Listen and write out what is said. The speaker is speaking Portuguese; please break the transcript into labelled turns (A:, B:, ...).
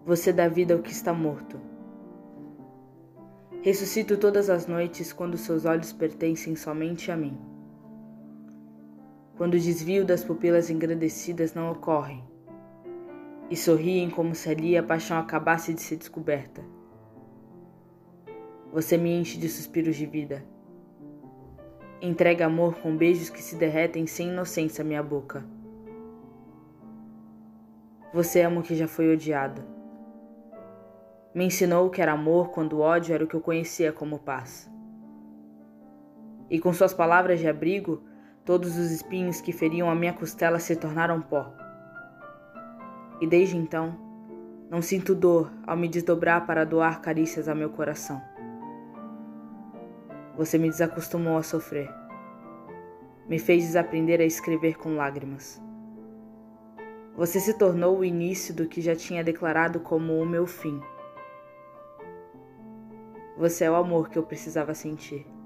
A: Você dá vida ao que está morto. Ressuscito todas as noites quando seus olhos pertencem somente a mim. Quando o desvio das pupilas engrandecidas não ocorre, e sorriem como se ali a paixão acabasse de ser descoberta. Você me enche de suspiros de vida. Entrega amor com beijos que se derretem sem inocência à minha boca. Você ama o que já foi odiado. Me ensinou o que era amor quando o ódio era o que eu conhecia como paz. E com suas palavras de abrigo, todos os espinhos que feriam a minha costela se tornaram pó. E desde então, não sinto dor ao me desdobrar para doar carícias a meu coração. Você me desacostumou a sofrer. Me fez desaprender a escrever com lágrimas. Você se tornou o início do que já tinha declarado como o meu fim. Você é o amor que eu precisava sentir.